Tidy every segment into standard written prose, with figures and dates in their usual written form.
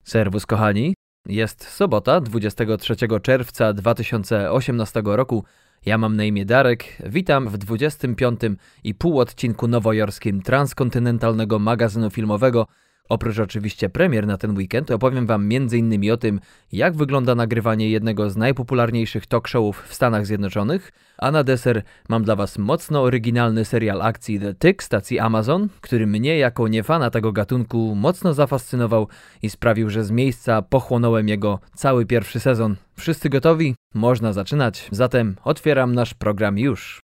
Serwus kochani, jest sobota 23 czerwca 2018 roku. Ja mam na imię Darek, witam w 25. i pół odcinku nowojorskim transkontynentalnego magazynu filmowego. Oprócz oczywiście premier na ten weekend opowiem wam m.in. o tym, jak wygląda nagrywanie jednego z najpopularniejszych talk showów w Stanach Zjednoczonych, a na deser mam dla was mocno oryginalny serial akcji The Tick stacji Amazon, który mnie jako niefana tego gatunku mocno zafascynował i sprawił, że z miejsca pochłonąłem jego cały pierwszy sezon. Wszyscy gotowi? Można zaczynać, zatem otwieram nasz program już.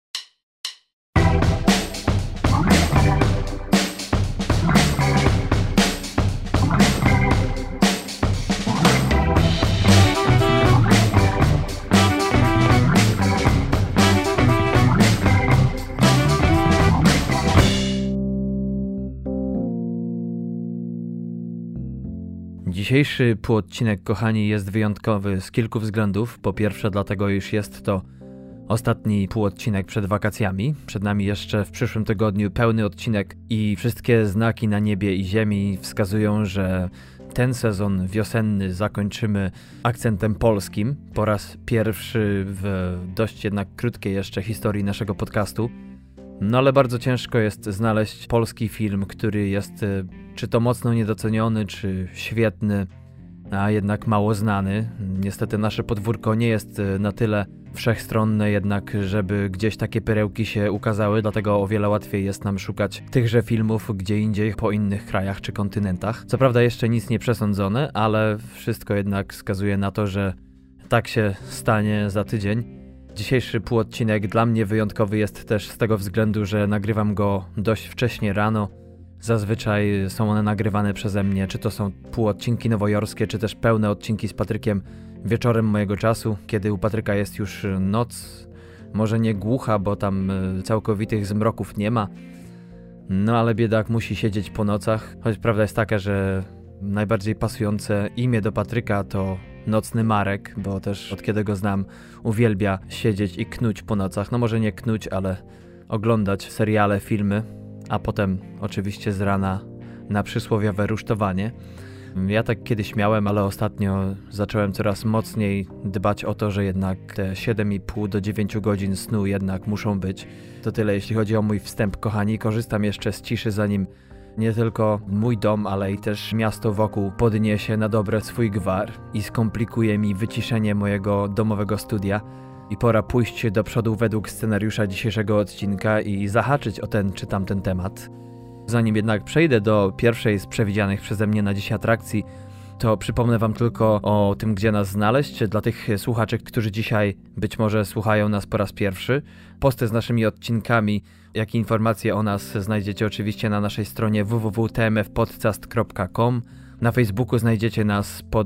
Dzisiejszy półodcinek, kochani, jest wyjątkowy z kilku względów. Po pierwsze dlatego, iż jest to ostatni półodcinek przed wakacjami. Przed nami jeszcze w przyszłym tygodniu pełny odcinek i wszystkie znaki na niebie i ziemi wskazują, że ten sezon wiosenny zakończymy akcentem polskim. Po raz pierwszy w dość jednak krótkiej jeszcze historii naszego podcastu. No ale bardzo ciężko jest znaleźć polski film, który jest czy to mocno niedoceniony, czy świetny, a jednak mało znany. Niestety nasze podwórko nie jest na tyle wszechstronne jednak, żeby gdzieś takie perełki się ukazały, dlatego o wiele łatwiej jest nam szukać tychże filmów gdzie indziej, po innych krajach czy kontynentach. Co prawda jeszcze nic nie przesądzone, ale wszystko jednak wskazuje na to, że tak się stanie za tydzień. Dzisiejszy półodcinek dla mnie wyjątkowy jest też z tego względu, że nagrywam go dość wcześnie rano. Zazwyczaj są one nagrywane przeze mnie, czy to są półodcinki nowojorskie, czy też pełne odcinki z Patrykiem wieczorem mojego czasu, kiedy u Patryka jest już noc. Może nie głucha, bo tam całkowitych zmroków nie ma. No ale biedak musi siedzieć po nocach, choć prawda jest taka, że najbardziej pasujące imię do Patryka to Nocny Marek, bo też od kiedy go znam uwielbia siedzieć i knuć po nocach. No może nie knuć, ale oglądać seriale, filmy, a potem oczywiście z rana na przysłowiowe rusztowanie. Ja tak kiedyś miałem, ale ostatnio zacząłem coraz mocniej dbać o to, że jednak te 7,5 do 9 godzin snu jednak muszą być. To tyle jeśli chodzi o mój wstęp, kochani. Korzystam jeszcze z ciszy, zanim nie tylko mój dom, ale i też miasto wokół podniesie na dobre swój gwar i skomplikuje mi wyciszenie mojego domowego studia. I pora pójść do przodu według scenariusza dzisiejszego odcinka i zahaczyć o ten czy tamten temat. Zanim jednak przejdę do pierwszej z przewidzianych przeze mnie na dziś atrakcji, to przypomnę wam tylko o tym, gdzie nas znaleźć. Dla tych słuchaczy, którzy dzisiaj być może słuchają nas po raz pierwszy, posty z naszymi odcinkami, jak i informacje o nas znajdziecie oczywiście na naszej stronie www.tmfpodcast.com. Na Facebooku znajdziecie nas pod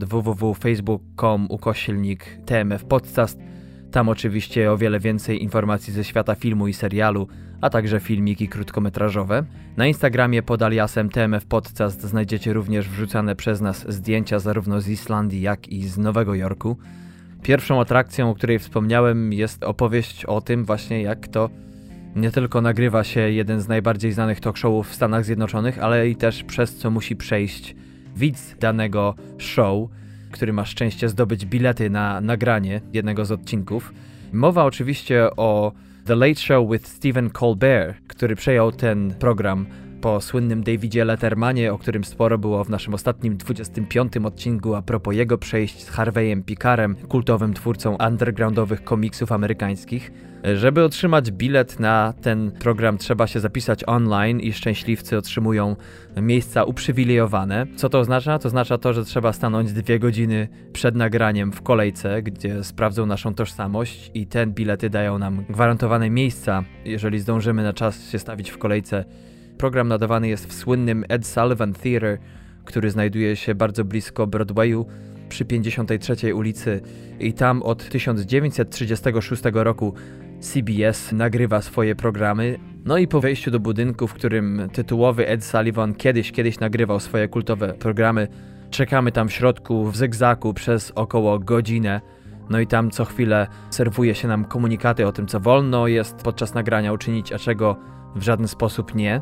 www.facebook.com/tmfpodcast. Tam oczywiście o wiele więcej informacji ze świata filmu i serialu, a także filmiki krótkometrażowe. Na Instagramie pod aliasem tmfpodcast znajdziecie również wrzucane przez nas zdjęcia zarówno z Islandii, jak i z Nowego Jorku. Pierwszą atrakcją, o której wspomniałem, jest opowieść o tym właśnie, jak to nie tylko nagrywa się jeden z najbardziej znanych talk showów w Stanach Zjednoczonych, ale i też przez co musi przejść widz danego show, który ma szczęście zdobyć bilety na nagranie jednego z odcinków. Mowa oczywiście o The Late Show with Stephen Colbert, który przejął ten program po słynnym Davidzie Lettermanie, o którym sporo było w naszym ostatnim 25. odcinku a propos jego przejść z Harvey'em Picarem, kultowym twórcą undergroundowych komiksów amerykańskich. Żeby otrzymać bilet na ten program, trzeba się zapisać online i szczęśliwcy otrzymują miejsca uprzywilejowane. Co to oznacza? To oznacza to, że trzeba stanąć 2 godziny przed nagraniem w kolejce, gdzie sprawdzą naszą tożsamość i te bilety dają nam gwarantowane miejsca, jeżeli zdążymy na czas się stawić w kolejce. Program nadawany jest w słynnym Ed Sullivan Theatre, który znajduje się bardzo blisko Broadwayu przy 53 ulicy i tam od 1936 roku CBS nagrywa swoje programy. No i po wejściu do budynku, w którym tytułowy Ed Sullivan kiedyś nagrywał swoje kultowe programy, czekamy tam w środku w zygzaku przez około godzinę. No i tam co chwilę serwuje się nam komunikaty o tym, co wolno jest podczas nagrania uczynić, a czego w żaden sposób nie.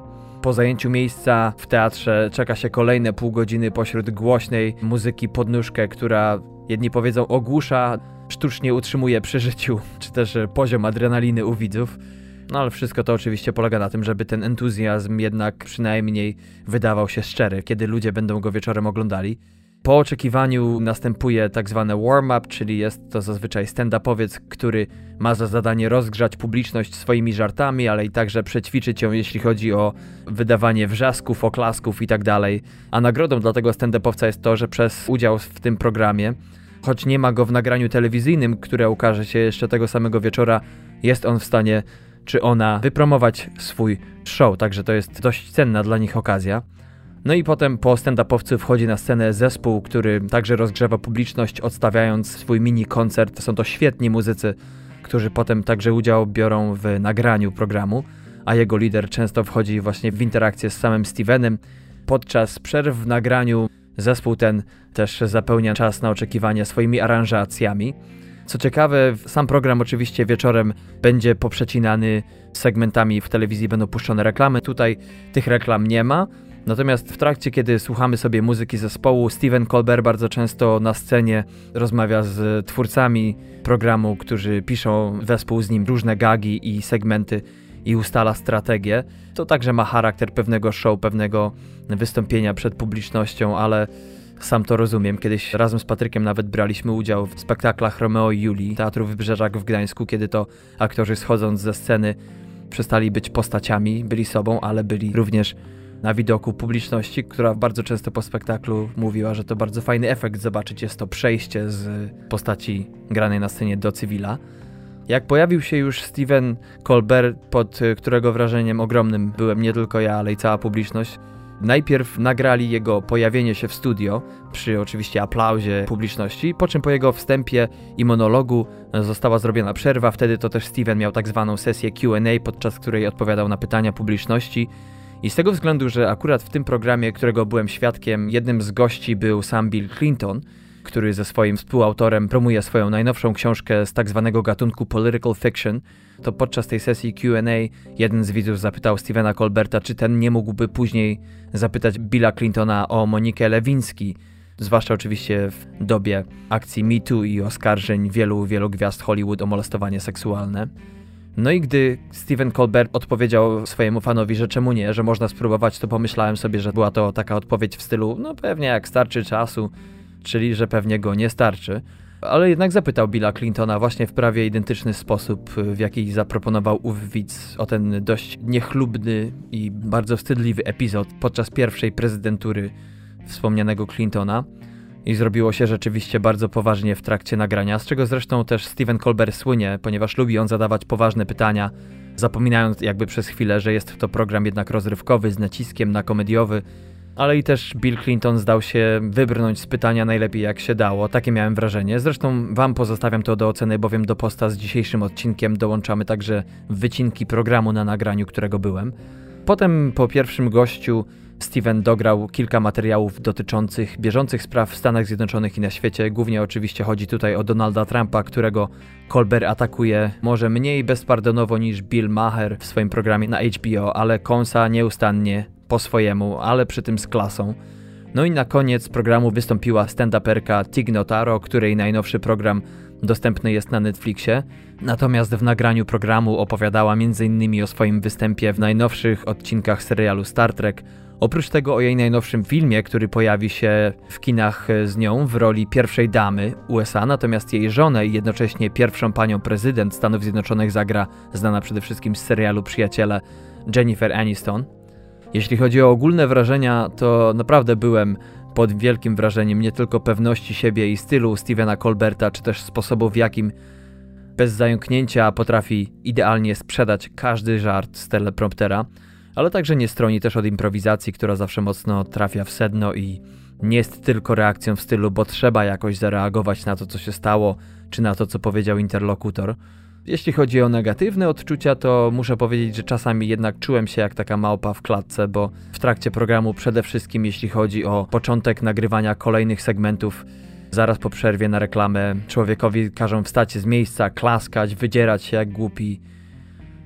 Po zajęciu miejsca w teatrze czeka się kolejne pół godziny pośród głośnej muzyki pod nóżkę, która jedni powiedzą ogłusza, sztucznie utrzymuje przy życiu, czy też poziom adrenaliny u widzów. No ale wszystko to oczywiście polega na tym, żeby ten entuzjazm jednak przynajmniej wydawał się szczery, kiedy ludzie będą go wieczorem oglądali. Po oczekiwaniu następuje tak zwane warm-up, czyli jest to zazwyczaj stand-upowiec, który ma za zadanie rozgrzać publiczność swoimi żartami, ale i także przećwiczyć ją, jeśli chodzi o wydawanie wrzasków, oklasków i tak dalej. A nagrodą dla tego stand-upowca jest to, że przez udział w tym programie, choć nie ma go w nagraniu telewizyjnym, które ukaże się jeszcze tego samego wieczora, jest on w stanie, czy ona, wypromować swój show, także to jest dość cenna dla nich okazja. No i potem po stand-upowcu wchodzi na scenę zespół, który także rozgrzewa publiczność, odstawiając swój mini koncert. Są to świetni muzycy, którzy potem także udział biorą w nagraniu programu, a jego lider często wchodzi właśnie w interakcję z samym Stevenem. Podczas przerw w nagraniu zespół ten też zapełnia czas na oczekiwanie swoimi aranżacjami. Co ciekawe, sam program oczywiście wieczorem będzie poprzecinany segmentami, w telewizji będą puszczone reklamy. Tutaj tych reklam nie ma. Natomiast w trakcie, kiedy słuchamy sobie muzyki zespołu, Stephen Colbert bardzo często na scenie rozmawia z twórcami programu, którzy piszą wespół z nim różne gagi i segmenty i ustala strategię. To także ma charakter pewnego show, pewnego wystąpienia przed publicznością, ale sam to rozumiem. Kiedyś razem z Patrykiem nawet braliśmy udział w spektaklach Romeo i Julii Teatru Wybrzeżak w Gdańsku, kiedy to aktorzy schodząc ze sceny przestali być postaciami, byli sobą, ale byli również na widoku publiczności, która bardzo często po spektaklu mówiła, że to bardzo fajny efekt zobaczyć, jest to przejście z postaci granej na scenie do cywila. Jak pojawił się już Stephen Colbert, pod którego wrażeniem ogromnym byłem nie tylko ja, ale i cała publiczność, najpierw nagrali jego pojawienie się w studio, przy oczywiście aplauzie publiczności, po czym po jego wstępie i monologu została zrobiona przerwa. Wtedy to też Steven miał tak zwaną sesję Q&A, podczas której odpowiadał na pytania publiczności. I z tego względu, że akurat w tym programie, którego byłem świadkiem, jednym z gości był sam Bill Clinton, który ze swoim współautorem promuje swoją najnowszą książkę z tak zwanego gatunku political fiction, to podczas tej sesji Q&A jeden z widzów zapytał Stephena Colberta, czy ten nie mógłby później zapytać Billa Clintona o Monikę Lewinsky, zwłaszcza oczywiście w dobie akcji Me Too i oskarżeń wielu gwiazd Hollywood o molestowanie seksualne. No i gdy Stephen Colbert odpowiedział swojemu fanowi, że czemu nie, że można spróbować, to pomyślałem sobie, że była to taka odpowiedź w stylu, no pewnie jak starczy czasu, czyli że pewnie go nie starczy. Ale jednak zapytał Billa Clintona właśnie w prawie identyczny sposób, w jaki zaproponował ów widz, o ten dość niechlubny i bardzo wstydliwy epizod podczas pierwszej prezydentury wspomnianego Clintona. I zrobiło się rzeczywiście bardzo poważnie w trakcie nagrania, z czego zresztą też Stephen Colbert słynie, ponieważ lubi on zadawać poważne pytania, zapominając jakby przez chwilę, że jest to program jednak rozrywkowy z naciskiem na komediowy, ale i też Bill Clinton zdał się wybrnąć z pytania najlepiej jak się dało, takie miałem wrażenie. Zresztą wam pozostawiam to do oceny, bowiem do posta z dzisiejszym odcinkiem dołączamy także wycinki programu na nagraniu, którego byłem. Potem po pierwszym gościu Steven dograł kilka materiałów dotyczących bieżących spraw w Stanach Zjednoczonych i na świecie. Głównie oczywiście chodzi tutaj o Donalda Trumpa, którego Colbert atakuje może mniej bezpardonowo niż Bill Maher w swoim programie na HBO, ale kąsa nieustannie po swojemu, ale przy tym z klasą. No i na koniec programu wystąpiła stand-uperka Tig Notaro, której najnowszy program dostępny jest na Netflixie. Natomiast w nagraniu programu opowiadała m.in. o swoim występie w najnowszych odcinkach serialu Star Trek. Oprócz tego o jej najnowszym filmie, który pojawi się w kinach z nią w roli pierwszej damy USA, natomiast jej żonę i jednocześnie pierwszą panią prezydent Stanów Zjednoczonych zagra znana przede wszystkim z serialu Przyjaciele Jennifer Aniston. Jeśli chodzi o ogólne wrażenia, to naprawdę byłem pod wielkim wrażeniem nie tylko pewności siebie i stylu Stephena Colberta, czy też sposobu, w jakim bez zająknięcia potrafi idealnie sprzedać każdy żart z telepromptera, ale także nie stroni też od improwizacji, która zawsze mocno trafia w sedno i nie jest tylko reakcją w stylu, bo trzeba jakoś zareagować na to, co się stało, czy na to, co powiedział interlokutor. Jeśli chodzi o negatywne odczucia, to muszę powiedzieć, że czasami jednak czułem się jak taka małpa w klatce, bo w trakcie programu przede wszystkim jeśli chodzi o początek nagrywania kolejnych segmentów, zaraz po przerwie na reklamę człowiekowi każą wstać z miejsca, klaskać, wydzierać się jak głupi.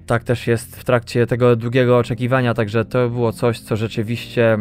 Tak też jest w trakcie tego długiego oczekiwania, także to było coś, co rzeczywiście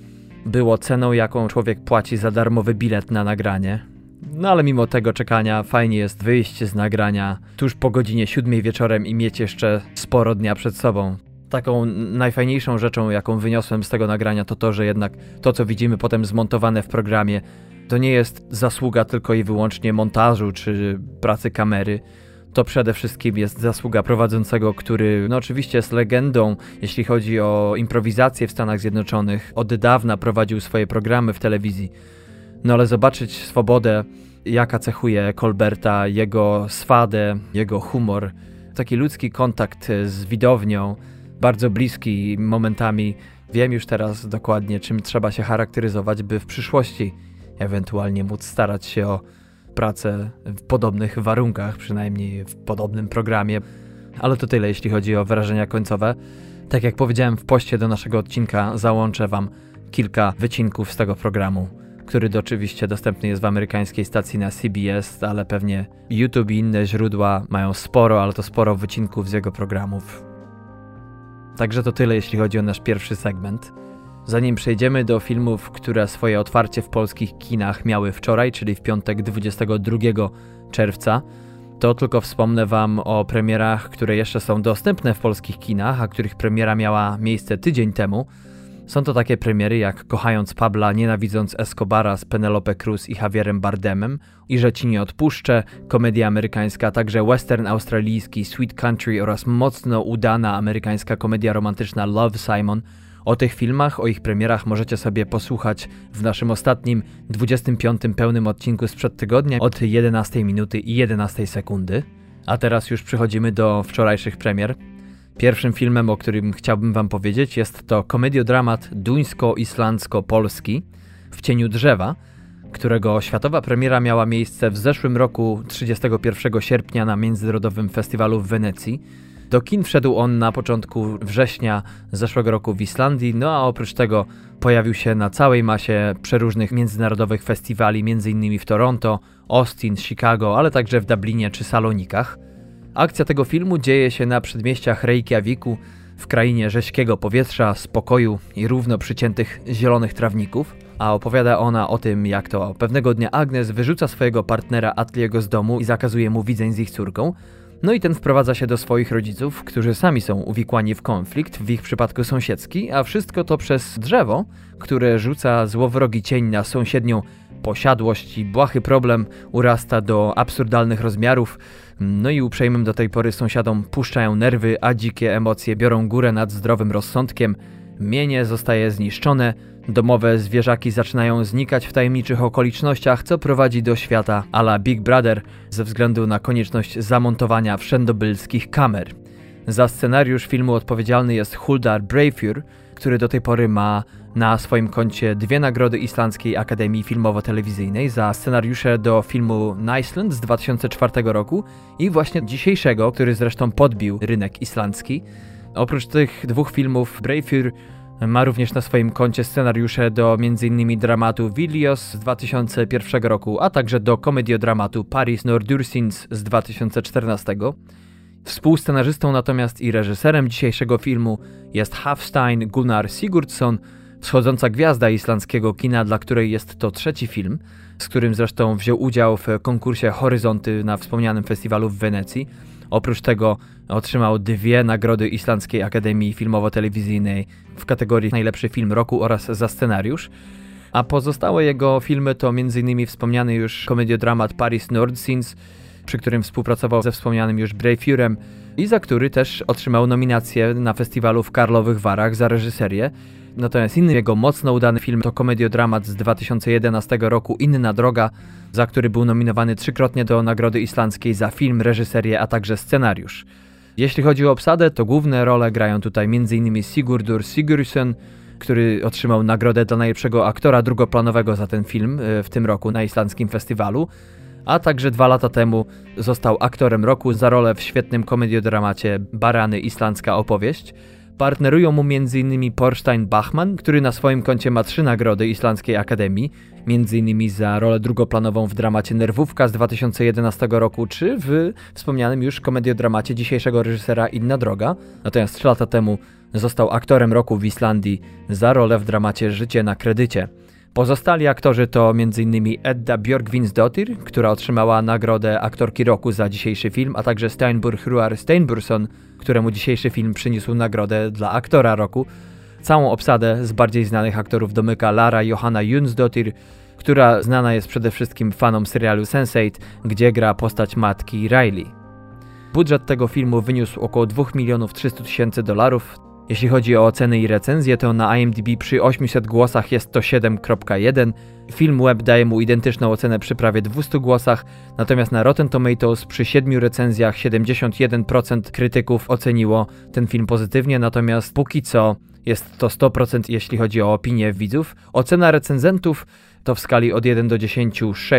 było ceną, jaką człowiek płaci za darmowy bilet na nagranie. No ale mimo tego czekania fajnie jest wyjść z nagrania tuż po godzinie 7 wieczorem i mieć jeszcze sporo dnia przed sobą. Taką najfajniejszą rzeczą, jaką wyniosłem z tego nagrania, to to, że jednak to, co widzimy potem zmontowane w programie, to nie jest zasługa tylko i wyłącznie montażu czy pracy kamery. To przede wszystkim jest zasługa prowadzącego, który oczywiście jest legendą, jeśli chodzi o improwizację w Stanach Zjednoczonych. Od dawna prowadził swoje programy w telewizji. No ale zobaczyć swobodę, jaka cechuje Colberta, jego swadę, jego humor, taki ludzki kontakt z widownią, bardzo bliski momentami. Wiem już teraz dokładnie, czym trzeba się charakteryzować, by w przyszłości ewentualnie móc starać się o pracę w podobnych warunkach, przynajmniej w podobnym programie. Ale to tyle, jeśli chodzi o wrażenia końcowe. Tak jak powiedziałem w poście do naszego odcinka, załączę wam kilka wycinków z tego programu, który oczywiście dostępny jest w amerykańskiej stacji na CBS, ale pewnie YouTube i inne źródła mają sporo, ale to sporo wycinków z jego programów. Także to tyle, jeśli chodzi o nasz pierwszy segment. Zanim przejdziemy do filmów, które swoje otwarcie w polskich kinach miały wczoraj, czyli w piątek 22 czerwca, to tylko wspomnę wam o premierach, które jeszcze są dostępne w polskich kinach, a których premiera miała miejsce tydzień temu. Są to takie premiery jak Kochając Pabla, Nienawidząc Escobara z Penelope Cruz i Javierem Bardemem, I że ci nie odpuszczę, komedia amerykańska, także western australijski Sweet Country oraz mocno udana amerykańska komedia romantyczna Love, Simon. O tych filmach, o ich premierach możecie sobie posłuchać w naszym ostatnim, 25. pełnym odcinku sprzed tygodnia od 11 minuty i 11 sekundy. A teraz już przechodzimy do wczorajszych premier. Pierwszym filmem, o którym chciałbym wam powiedzieć, jest to komediodramat duńsko-islandzko-polski W cieniu drzewa, którego światowa premiera miała miejsce w zeszłym roku 31 sierpnia na Międzynarodowym Festiwalu w Wenecji. Do kin wszedł on na początku września zeszłego roku w Islandii, no a oprócz tego pojawił się na całej masie przeróżnych międzynarodowych festiwali, m.in. w Toronto, Austin, Chicago, ale także w Dublinie czy Salonikach. Akcja tego filmu dzieje się na przedmieściach Reykjaviku, w krainie rześkiego powietrza, spokoju i równo przyciętych zielonych trawników, a opowiada ona o tym, jak to pewnego dnia Agnes wyrzuca swojego partnera Atliego z domu i zakazuje mu widzeń z ich córką. No i ten wprowadza się do swoich rodziców, którzy sami są uwikłani w konflikt, w ich przypadku sąsiedzki, a wszystko to przez drzewo, które rzuca złowrogi cień na sąsiednią posiadłość i błahy problem urasta do absurdalnych rozmiarów. No i uprzejmym do tej pory sąsiadom puszczają nerwy, a dzikie emocje biorą górę nad zdrowym rozsądkiem. Mienie zostaje zniszczone, domowe zwierzaki zaczynają znikać w tajemniczych okolicznościach, co prowadzi do świata a la Big Brother ze względu na konieczność zamontowania wszędobylskich kamer. Za scenariusz filmu odpowiedzialny jest Huldar Breifur, który do tej pory ma na swoim koncie 2 nagrody Islandzkiej Akademii Filmowo-Telewizyjnej za scenariusze do filmu Niceland z 2004 roku i właśnie dzisiejszego, który zresztą podbił rynek islandzki. Oprócz tych 2 filmów Breifur ma również na swoim koncie scenariusze do m.in. dramatu Vilios z 2001 roku, a także do komediodramatu Paris Nordursins z 2014. Współscenarzystą natomiast i reżyserem dzisiejszego filmu jest Hafstein Gunnar Sigurdsson, wschodząca gwiazda islandzkiego kina, dla której jest to 3. film, z którym zresztą wziął udział w konkursie Horyzonty na wspomnianym festiwalu w Wenecji. Oprócz tego otrzymał 2 nagrody Islandzkiej Akademii Filmowo-Telewizyjnej w kategorii Najlepszy film roku oraz za scenariusz. A pozostałe jego filmy to m.in. wspomniany już komediodramat Paris Nordsins, przy którym współpracował ze wspomnianym już Breifurem i za który też otrzymał nominację na festiwalu w Karlowych Warach za reżyserię. Natomiast inny jego mocno udany film to komediodramat z 2011 roku Inna droga, za który był nominowany 3-krotnie do Nagrody Islandzkiej za film, reżyserię, a także scenariusz. Jeśli chodzi o obsadę, to główne role grają tutaj m.in. Sigurdur Sigurdsson, który otrzymał nagrodę dla najlepszego aktora drugoplanowego za ten film w tym roku na islandzkim festiwalu, a także 2 lata temu został aktorem roku za rolę w świetnym komediodramacie Barany islandzka opowieść. Partnerują mu m.in. Thorstein Bachmann, który na swoim koncie ma 3 nagrody Islandzkiej Akademii, m.in. za rolę drugoplanową w dramacie Nerwówka z 2011 roku, czy w wspomnianym już komediodramacie dzisiejszego reżysera Inna droga. Natomiast 3 lata temu został aktorem roku w Islandii za rolę w dramacie Życie na kredycie. Pozostali aktorzy to m.in. Edda Björgvinsdottir, która otrzymała nagrodę aktorki roku za dzisiejszy film, a także Steinbur Hruar Steinbursson, któremu dzisiejszy film przyniósł nagrodę dla aktora roku. Całą obsadę z bardziej znanych aktorów domyka Lara Johanna Jonsdottir, która znana jest przede wszystkim fanom serialu Sense8, gdzie gra postać matki Riley. Budżet tego filmu wyniósł około $2,300,000. Jeśli chodzi o oceny i recenzje, to na IMDb przy 800 głosach jest to 7.1. Film Web daje mu identyczną ocenę przy prawie 200 głosach, natomiast na Rotten Tomatoes przy 7 recenzjach 71% krytyków oceniło ten film pozytywnie, natomiast póki co jest to 100% jeśli chodzi o opinię widzów. Ocena recenzentów to w skali od 1 do 10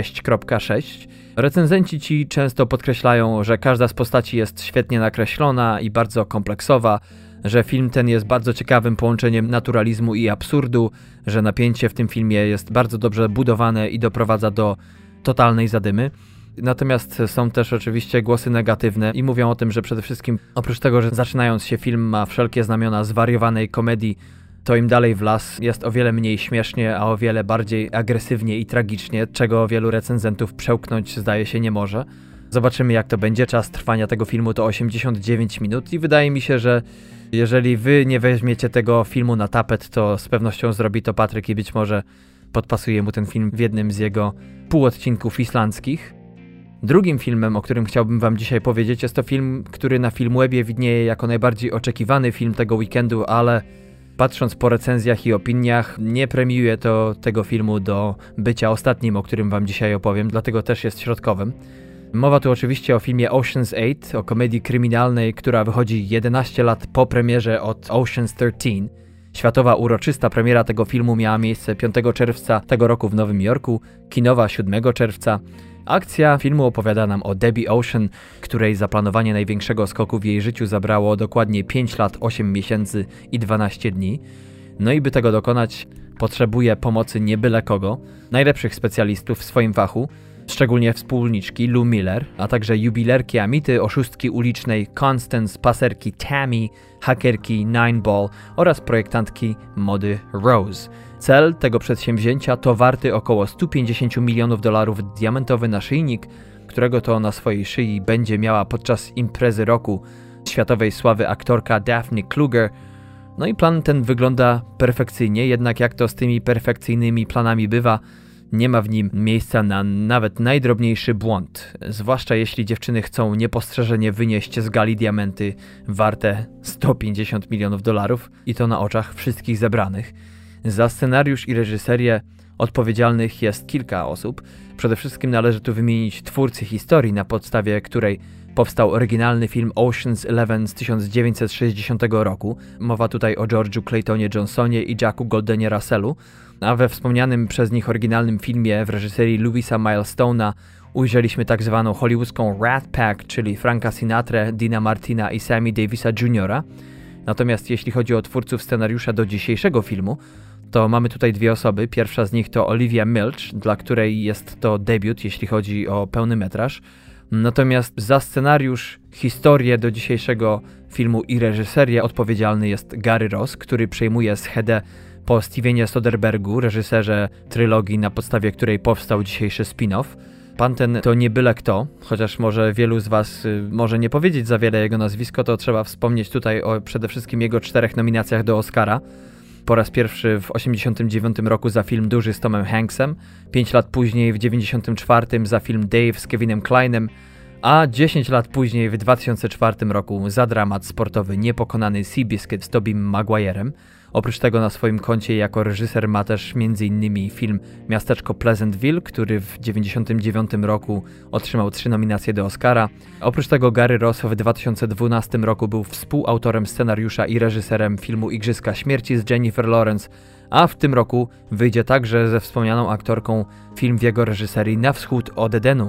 6.6. Recenzenci ci często podkreślają, że każda z postaci jest świetnie nakreślona i bardzo kompleksowa, że film ten jest bardzo ciekawym połączeniem naturalizmu i absurdu, że napięcie w tym filmie jest bardzo dobrze budowane i doprowadza do totalnej zadymy. Natomiast są też oczywiście głosy negatywne i mówią o tym, że przede wszystkim oprócz tego, że zaczynając się film ma wszelkie znamiona zwariowanej komedii, to im dalej w las jest o wiele mniej śmiesznie, a o wiele bardziej agresywnie i tragicznie, czego wielu recenzentów przełknąć zdaje się nie może. Zobaczymy jak to będzie. Czas trwania tego filmu to 89 minut i wydaje mi się, że jeżeli wy nie weźmiecie tego filmu na tapet, to z pewnością zrobi to Patryk i być może podpasuje mu ten film w jednym z jego półodcinków islandzkich. Drugim filmem, o którym chciałbym wam dzisiaj powiedzieć, jest to film, który na Filmwebie widnieje jako najbardziej oczekiwany film tego weekendu, ale patrząc po recenzjach i opiniach, nie premiuje to tego filmu do bycia ostatnim, o którym wam dzisiaj opowiem, dlatego też jest środkowym. Mowa tu oczywiście o filmie Ocean's 8, o komedii kryminalnej, która wychodzi 11 lat po premierze od Ocean's 13. Światowa uroczysta premiera tego filmu miała miejsce 5 czerwca tego roku w Nowym Jorku, kinowa 7 czerwca. Akcja filmu opowiada nam o Debbie Ocean, której zaplanowanie największego skoku w jej życiu zabrało dokładnie 5 lat, 8 miesięcy i 12 dni. No i by tego dokonać, potrzebuje pomocy nie byle kogo, najlepszych specjalistów w swoim fachu, szczególnie wspólniczki Lou Miller, a także jubilerki Amity, oszustki ulicznej Constance, paserki Tammy, hakerki Nineball oraz projektantki mody Rose. Cel tego przedsięwzięcia to warty około $150 milionów diamentowy naszyjnik, którego to na swojej szyi będzie miała podczas imprezy roku światowej sławy aktorka Daphne Kluger. No i plan ten wygląda perfekcyjnie, jednak jak to z tymi perfekcyjnymi planami bywa, nie ma w nim miejsca na nawet najdrobniejszy błąd, zwłaszcza jeśli dziewczyny chcą niepostrzeżenie wynieść z gali diamenty warte $150 milionów i to na oczach wszystkich zebranych. Za scenariusz i reżyserię odpowiedzialnych jest kilka osób. Przede wszystkim należy tu wymienić twórcy historii, na podstawie której powstał oryginalny film Ocean's 11 z 1960 roku. Mowa tutaj o George'u Claytonie Johnsonie i Jacku Goldenie Russellu, a we wspomnianym przez nich oryginalnym filmie w reżyserii Louisa Milestone'a ujrzeliśmy tak zwaną hollywoodzką Rat Pack, czyli Franka Sinatrę, Deana Martina i Sammy Davisa Jr. Natomiast jeśli chodzi o twórców scenariusza do dzisiejszego filmu, to mamy tutaj dwie osoby. Pierwsza z nich to Olivia Milch, dla której jest to debiut, jeśli chodzi o pełny metraż. Natomiast za scenariusz, historię do dzisiejszego filmu i reżyserię odpowiedzialny jest Gary Ross, który przejmuje schedę po Stevenie Soderbergu, reżyserze trylogii, na podstawie której powstał dzisiejszy spin-off. Pan ten to nie byle kto, chociaż może wielu z was może nie powiedzieć za wiele jego nazwisko, to trzeba wspomnieć tutaj o przede wszystkim jego 4 nominacjach do Oscara. Po raz pierwszy w 1989 roku za film Duży z Tomem Hanksem, 5 lat później w 1994 za film Dave z Kevinem Klinem, a 10 lat później w 2004 roku za dramat sportowy Niepokonany Seabiscuit z Tobim Maguirem. Oprócz tego na swoim koncie jako reżyser ma też m.in. film Miasteczko Pleasantville, który w 1999 roku otrzymał 3 nominacje do Oscara. Oprócz tego Gary Ross w 2012 roku był współautorem scenariusza i reżyserem filmu Igrzyska Śmierci z Jennifer Lawrence, a w tym roku wyjdzie także ze wspomnianą aktorką film w jego reżyserii Na wschód od Edenu.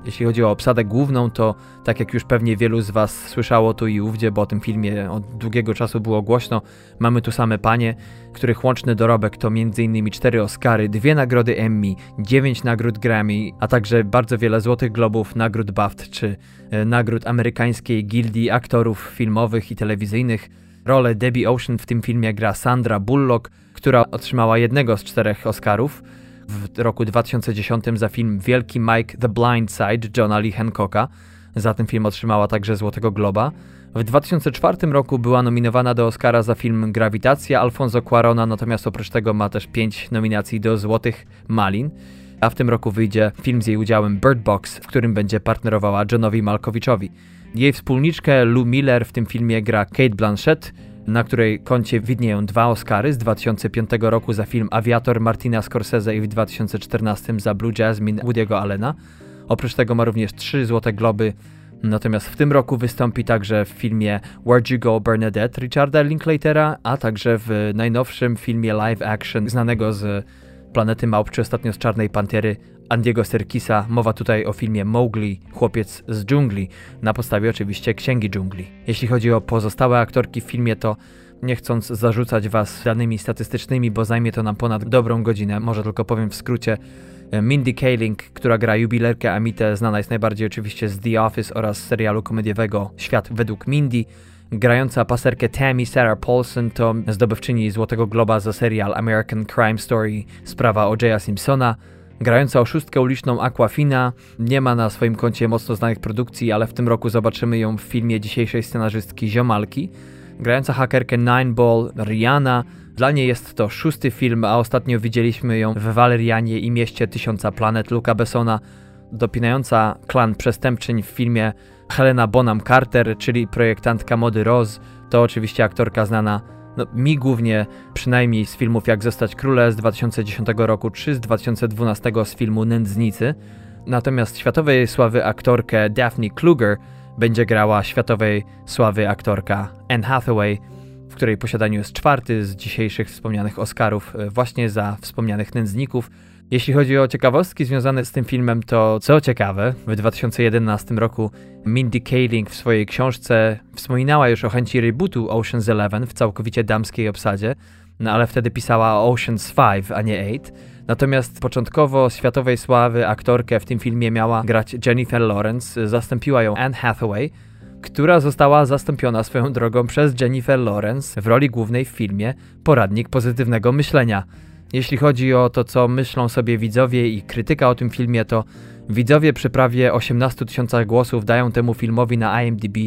Jeśli chodzi o obsadę główną, to tak jak już pewnie wielu z Was słyszało tu i ówdzie, bo o tym filmie od długiego czasu było głośno, mamy tu same panie, których łączny dorobek to m.in. 4 Oscary, 2 nagrody Emmy, 9 nagród Grammy, a także bardzo wiele Złotych Globów, nagród BAFTA czy nagród amerykańskiej gildii aktorów filmowych i telewizyjnych. Rolę Debbie Ocean w tym filmie gra Sandra Bullock, która otrzymała jednego z 4 Oscarów w roku 2010 za film Wielki Mike The Blind Side Johna Lee Hancocka. Za ten film otrzymała także Złotego Globa. W 2004 roku była nominowana do Oscara za film Grawitacja Alfonso Cuarona, natomiast oprócz tego ma też 5 nominacji do Złotych Malin. A w tym roku wyjdzie film z jej udziałem Bird Box, w którym będzie partnerowała Johnowi Malkovichowi. Jej wspólniczkę Lou Miller w tym filmie gra Cate Blanchett, na której koncie widnieją 2 Oscary z 2005 roku za film Aviator Martina Scorsese i w 2014 za Blue Jasmine Woody'ego Allena. Oprócz tego ma również 3 Złote Globy, natomiast w tym roku wystąpi także w filmie Where'd You Go Bernadette Richarda Linklatera, a także w najnowszym filmie live action znanego z Planety Małp czy ostatnio z Czarnej Pantery Andiego Serkisa. Mowa tutaj o filmie Mowgli, Chłopiec z dżungli, na podstawie oczywiście Księgi Dżungli. Jeśli chodzi o pozostałe aktorki w filmie, to nie chcąc zarzucać Was danymi statystycznymi, bo zajmie to nam ponad dobrą godzinę, może tylko powiem w skrócie. Mindy Kaling, która gra jubilerkę Amitę, znana jest najbardziej oczywiście z The Office oraz serialu komediowego Świat według Mindy. Grająca paserkę Tammy Sarah Paulson to zdobywczyni Złotego Globa za serial American Crime Story, sprawa O.J. Simpsona. Grająca oszustkę uliczną Aquafina nie ma na swoim koncie mocno znanych produkcji, ale w tym roku zobaczymy ją w filmie dzisiejszej scenarzystki Ziomalki. Grająca hakerkę Nineball Rihanna. Dla niej jest to 6. film, a ostatnio widzieliśmy ją w Walerianie i Mieście Tysiąca Planet Luca Bessona. Dopinająca klan przestępczyń w filmie Helena Bonham Carter, czyli projektantka mody Rose, to oczywiście aktorka znana mi głównie przynajmniej z filmów Jak zostać królem z 2010 roku czy z 2012 z filmu Nędznicy. Natomiast światowej sławy aktorkę Daphne Kluger będzie grała światowej sławy aktorka Anne Hathaway, w której posiadaniu jest 4. z dzisiejszych wspomnianych Oscarów właśnie za wspomnianych Nędzników. Jeśli chodzi o ciekawostki związane z tym filmem, to co ciekawe, w 2011 roku Mindy Kaling w swojej książce wspominała już o chęci rebootu Ocean's 11 w całkowicie damskiej obsadzie, ale wtedy pisała o Ocean's 5, a nie 8. Natomiast początkowo światowej sławy aktorkę w tym filmie miała grać Jennifer Lawrence, zastąpiła ją Anne Hathaway, która została zastąpiona swoją drogą przez Jennifer Lawrence w roli głównej w filmie Poradnik pozytywnego myślenia. Jeśli chodzi o to, co myślą sobie widzowie i krytyka o tym filmie, to widzowie przy prawie 18 000 głosów dają temu filmowi na IMDb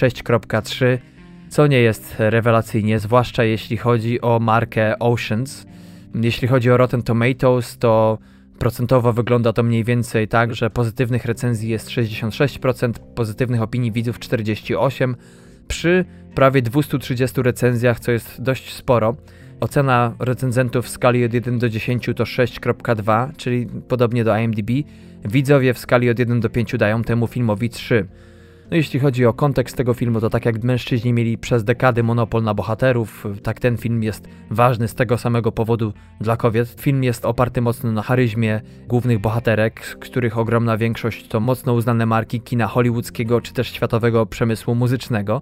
6.3, co nie jest rewelacyjnie, zwłaszcza jeśli chodzi o markę Ocean's. Jeśli chodzi o Rotten Tomatoes, to procentowo wygląda to mniej więcej tak, że pozytywnych recenzji jest 66%, pozytywnych opinii widzów 48%, przy prawie 230 recenzjach, co jest dość sporo. Ocena recenzentów w skali od 1 do 10 to 6.2, czyli podobnie do IMDb. Widzowie w skali od 1 do 5 dają temu filmowi 3. No jeśli chodzi o kontekst tego filmu, to tak jak mężczyźni mieli przez dekady monopol na bohaterów, tak ten film jest ważny z tego samego powodu dla kobiet. Film jest oparty mocno na charyzmie głównych bohaterek, z których ogromna większość to mocno uznane marki kina hollywoodzkiego czy też światowego przemysłu muzycznego.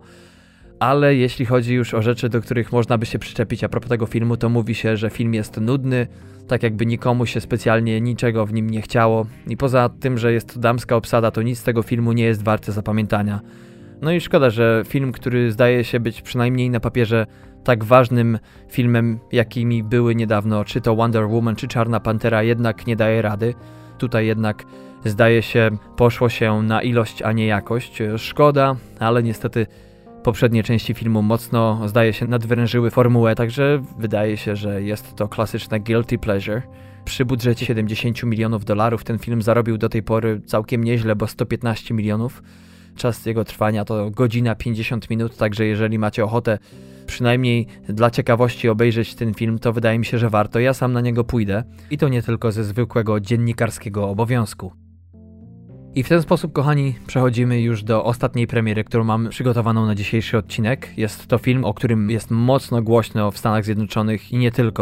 Ale jeśli chodzi już o rzeczy, do których można by się przyczepić a propos tego filmu, to mówi się, że film jest nudny, tak jakby nikomu się specjalnie niczego w nim nie chciało i poza tym, że jest to damska obsada, to nic z tego filmu nie jest warte zapamiętania. No i szkoda, że film, który zdaje się być przynajmniej na papierze tak ważnym filmem, jakimi były niedawno czy to Wonder Woman, czy Czarna Pantera, jednak nie daje rady. Tutaj jednak zdaje się poszło się na ilość, a nie jakość. Szkoda, ale niestety poprzednie części filmu mocno, zdaje się, nadwyrężyły formułę, także wydaje się, że jest to klasyczne guilty pleasure. Przy budżecie $70 milionów ten film zarobił do tej pory całkiem nieźle, bo 115 milionów. Czas jego trwania to godzina 50 minut, także jeżeli macie ochotę przynajmniej dla ciekawości obejrzeć ten film, to wydaje mi się, że warto. Ja sam na niego pójdę i to nie tylko ze zwykłego dziennikarskiego obowiązku. I w ten sposób, kochani, przechodzimy już do ostatniej premiery, którą mam przygotowaną na dzisiejszy odcinek. Jest to film, o którym jest mocno głośno w Stanach Zjednoczonych i nie tylko.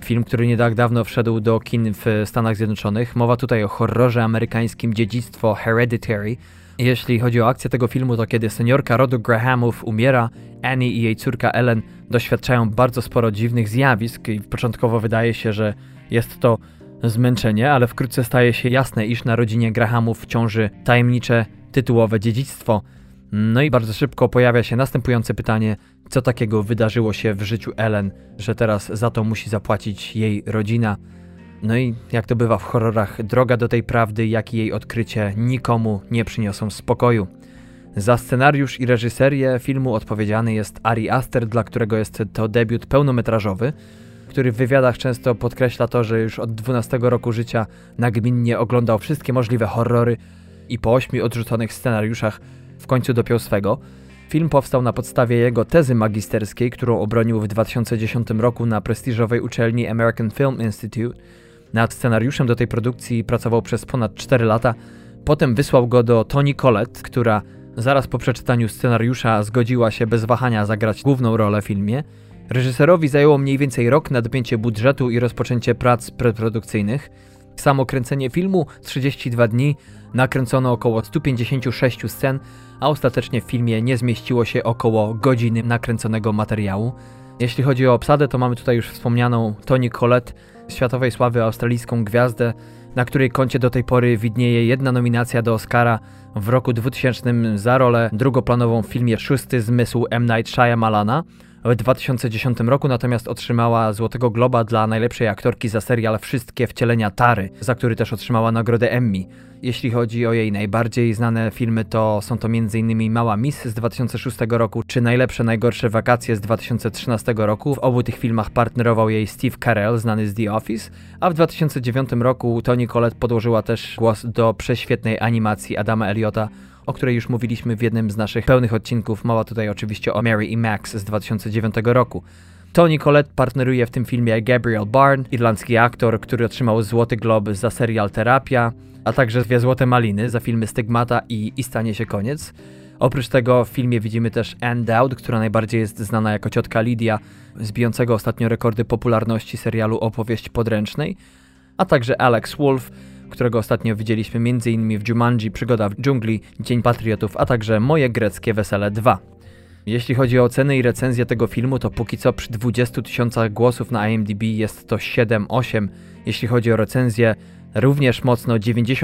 Film, który nie tak dawno wszedł do kin w Stanach Zjednoczonych. Mowa tutaj o horrorze amerykańskim Dziedzictwo Hereditary. Jeśli chodzi o akcję tego filmu, to kiedy seniorka rodu Grahamów umiera, Annie i jej córka Ellen doświadczają bardzo sporo dziwnych zjawisk i początkowo wydaje się, że jest to zmęczenie, ale wkrótce staje się jasne, iż na rodzinie Grahamów ciąży tajemnicze, tytułowe dziedzictwo. No i bardzo szybko pojawia się następujące pytanie, co takiego wydarzyło się w życiu Ellen, że teraz za to musi zapłacić jej rodzina. No i jak to bywa w horrorach, droga do tej prawdy, jak i jej odkrycie nikomu nie przyniosą spokoju. Za scenariusz i reżyserię filmu odpowiedzialny jest Ari Aster, dla którego jest to debiut pełnometrażowy, który w wywiadach często podkreśla to, że już od 12 roku życia nagminnie oglądał wszystkie możliwe horrory i po 8 odrzuconych scenariuszach w końcu dopiął swego. Film powstał na podstawie jego tezy magisterskiej, którą obronił w 2010 roku na prestiżowej uczelni American Film Institute. Nad scenariuszem do tej produkcji pracował przez ponad 4 lata. Potem wysłał go do Toni Collette, która zaraz po przeczytaniu scenariusza zgodziła się bez wahania zagrać główną rolę w filmie. Reżyserowi zajęło mniej więcej rok na dopięcie budżetu i rozpoczęcie prac preprodukcyjnych. Samo kręcenie filmu 32 dni, nakręcono około 156 scen, a ostatecznie w filmie nie zmieściło się około godziny nakręconego materiału. Jeśli chodzi o obsadę, to mamy tutaj już wspomnianą Toni Collette, światowej sławy australijską gwiazdę, na której koncie do tej pory widnieje jedna nominacja do Oscara w roku 2000 za rolę drugoplanową w filmie Szósty Zmysł M. Night Shyamalana. W 2010 roku natomiast otrzymała Złotego Globa dla najlepszej aktorki za serial Wszystkie wcielenia Tary, za który też otrzymała nagrodę Emmy. Jeśli chodzi o jej najbardziej znane filmy, to są to m.in. Mała Miss z 2006 roku, czy Najlepsze, najgorsze wakacje z 2013 roku. W obu tych filmach partnerował jej Steve Carell, znany z The Office, a w 2009 roku Toni Collette podłożyła też głos do prześwietnej animacji Adama Elliota, o której już mówiliśmy w jednym z naszych pełnych odcinków. Mowa tutaj oczywiście o Mary i Max z 2009 roku. Toni Collette partneruje w tym filmie Gabriel Byrne, irlandzki aktor, który otrzymał Złoty Glob za serial Terapia, a także 2 Złote Maliny za filmy Stygmata i Stanie się koniec. Oprócz tego w filmie widzimy też Ann Dowd, która najbardziej jest znana jako ciotka Lidia, z bijącego ostatnio rekordy popularności serialu Opowieść podręcznej, a także Alex Wolff, którego ostatnio widzieliśmy m.in. w Jumanji, Przygoda w dżungli, Dzień Patriotów, a także Moje greckie wesele 2. Jeśli chodzi o oceny i recenzję tego filmu, to póki co przy 20 000 głosów na IMDb jest to 7-8. Jeśli chodzi o recenzję, również mocno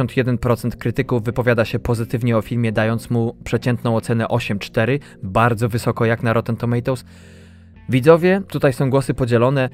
91% krytyków wypowiada się pozytywnie o filmie, dając mu przeciętną ocenę 8,4, bardzo wysoko jak na Rotten Tomatoes. Widzowie, tutaj są głosy podzielone,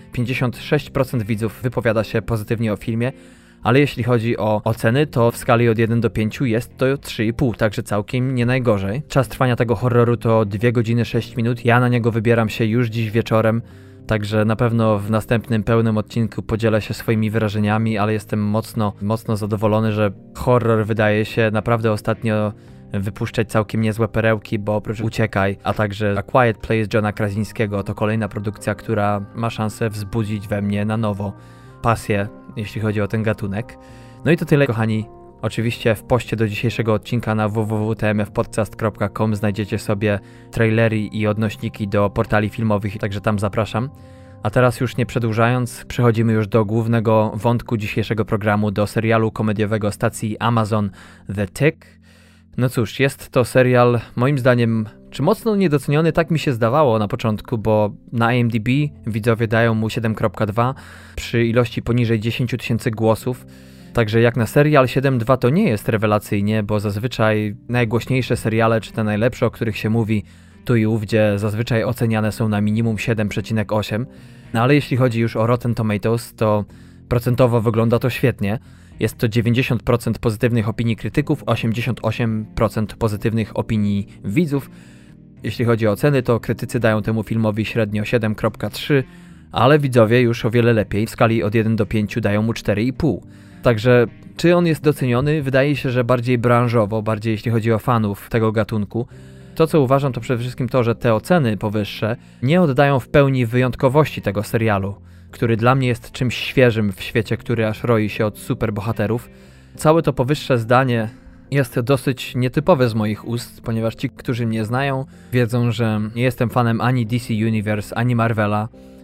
56% widzów wypowiada się pozytywnie o filmie, ale jeśli chodzi o oceny, to w skali od 1 do 5 jest to 3,5, także całkiem nie najgorzej. Czas trwania tego horroru to 2 godziny 6 minut, ja na niego wybieram się już dziś wieczorem, także na pewno w następnym pełnym odcinku podzielę się swoimi wrażeniami, ale jestem mocno zadowolony, że horror wydaje się naprawdę ostatnio wypuszczać całkiem niezłe perełki, bo oprócz Uciekaj, a także A Quiet Place Johna Krasinskiego to kolejna produkcja, która ma szansę wzbudzić we mnie na nowo pasję, jeśli chodzi o ten gatunek. No i to tyle, kochani. Oczywiście w poście do dzisiejszego odcinka na www.tmfpodcast.com znajdziecie sobie trailery i odnośniki do portali filmowych, także tam zapraszam. A teraz już nie przedłużając, przechodzimy już do głównego wątku dzisiejszego programu, do serialu komediowego stacji Amazon The Tick. No cóż, jest to serial moim zdaniem czy mocno niedoceniony, tak mi się zdawało na początku, bo na IMDb widzowie dają mu 7,2 przy ilości poniżej 10 000 głosów. Także jak na serial 7,2 to nie jest rewelacyjnie, bo zazwyczaj najgłośniejsze seriale, czy te najlepsze, o których się mówi tu i ówdzie, zazwyczaj oceniane są na minimum 7,8. No ale jeśli chodzi już o Rotten Tomatoes, to procentowo wygląda to świetnie. Jest to 90% pozytywnych opinii krytyków, 88% pozytywnych opinii widzów. Jeśli chodzi o oceny, to krytycy dają temu filmowi średnio 7,3, ale widzowie już o wiele lepiej. W skali od 1 do 5 dają mu 4,5. Także czy on jest doceniony? Wydaje się, że bardziej branżowo, bardziej jeśli chodzi o fanów tego gatunku. To, co uważam, to przede wszystkim to, że te oceny powyższe nie oddają w pełni wyjątkowości tego serialu, który dla mnie jest czymś świeżym w świecie, który aż roi się od superbohaterów. Całe to powyższe zdanie jest dosyć nietypowe z moich ust, ponieważ ci, którzy mnie znają, wiedzą, że nie jestem fanem ani DC Universe, ani Marvela.